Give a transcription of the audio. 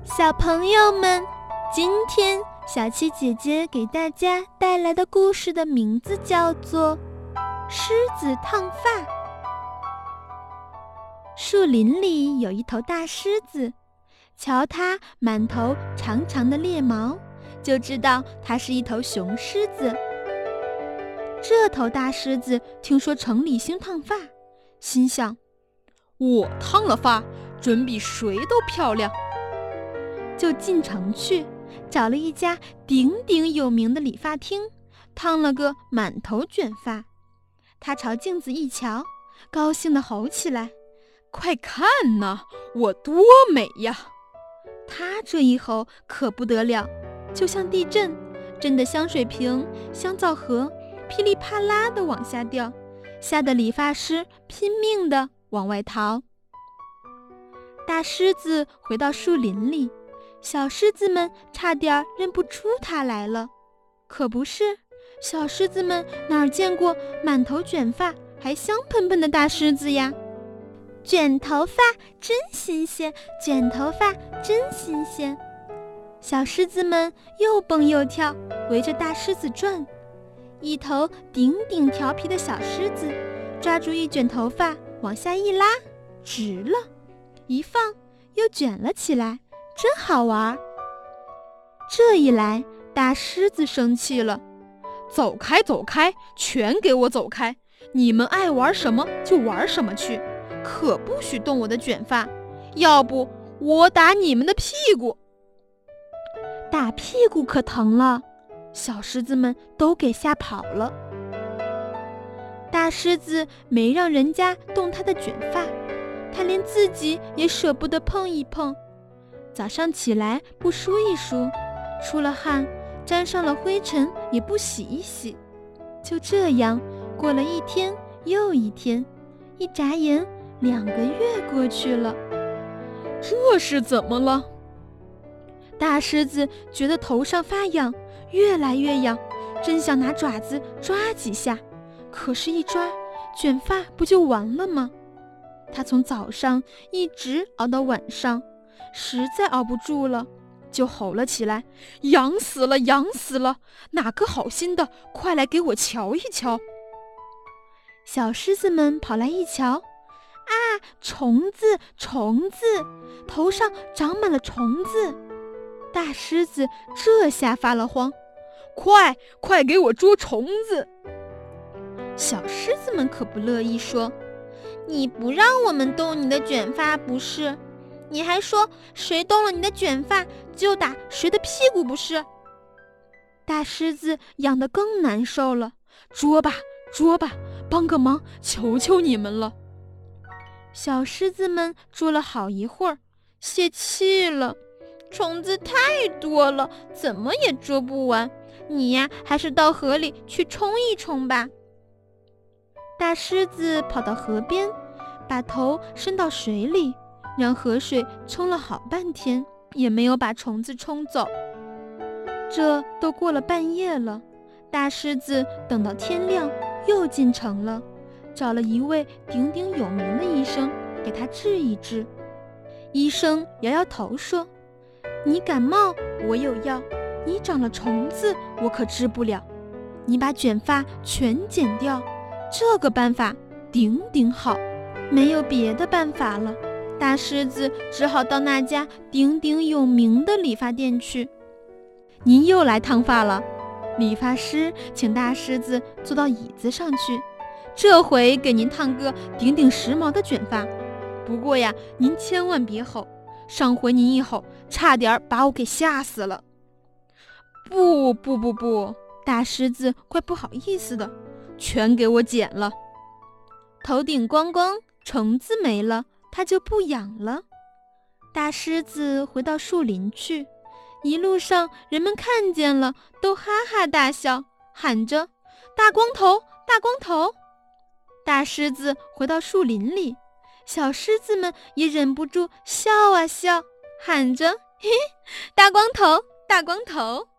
小朋友们，今天小七姐姐给大家带来的故事的名字叫做《狮子烫发》。树林里有一头大狮子，瞧它满头长长的鬣毛，就知道它是一头雄狮子。这头大狮子听说城里兴烫发，心想：我烫了发，准比谁都漂亮。就进城去，找了一家鼎鼎有名的理发厅，烫了个满头卷发。他朝镜子一瞧，高兴地吼起来：快看呐，我多美呀！他这一吼可不得了，就像地震，震得香水瓶、香皂盒噼里啪啦地往下掉，吓得理发师拼命地往外逃。大狮子回到树林里，小狮子们差点认不出它来了。可不是，小狮子们哪儿见过满头卷发还香喷喷的大狮子呀？卷头发真新鲜，卷头发真新鲜。小狮子们又蹦又跳，围着大狮子转。一头顶顶调皮的小狮子抓住一卷头发往下一拉，直了，一放又卷了起来，真好玩。这一来，大狮子生气了：走开走开，全给我走开！你们爱玩什么就玩什么去，可不许动我的卷发，要不我打你们的屁股！打屁股可疼了，小狮子们都给吓跑了。大狮子没让人家动他的卷发，他连自己也舍不得碰一碰。早上起来不梳一梳，出了汗沾上了灰尘也不洗一洗。就这样过了一天又一天，一眨眼2个月过去了。这是怎么了？大狮子觉得头上发痒，越来越痒，真想拿爪子抓几下，可是一抓，卷发不就完了吗？他从早上一直熬到晚上，实在熬不住了，就吼了起来：痒死了，痒死了！哪个好心的，快来给我瞧一瞧！小狮子们跑来一瞧，啊，虫子，虫子，头上长满了虫子！大狮子这下发了慌，快给我捉虫子！小狮子们可不乐意，说：你不让我们动你的卷发不是？你还说谁动了你的卷发就打谁的屁股不是？大狮子痒得更难受了，捉吧捉吧，帮个忙，求求你们了！小狮子们捉了好一会儿，泄气了，虫子太多了，怎么也捉不完，你呀，还是到河里去冲一冲吧。大狮子跑到河边，把头伸到水里，让河水冲了好半天，也没有把虫子冲走。这都过了半夜了，大狮子等到天亮又进城了，找了一位鼎鼎有名的医生给他治一治。医生摇摇头说：你感冒我有药，你长了虫子我可治不了，你把卷发全剪掉，这个办法顶顶好。没有别的办法了，大狮子只好到那家鼎鼎有名的理发店去。您又来烫发了？理发师请大狮子坐到椅子上去，这回给您烫个顶顶时髦的卷发。不过呀，您千万别吼，上回您一吼，差点把我给吓死了。不，大狮子怪不好意思的，全给我剪了。头顶光光，虫子没了，它就不痒了。大狮子回到树林去，一路上人们看见了都哈哈大笑，喊着大光头，大光头。大狮子回到树林里，小狮子们也忍不住笑啊笑，喊着嘿，大光头，大光头。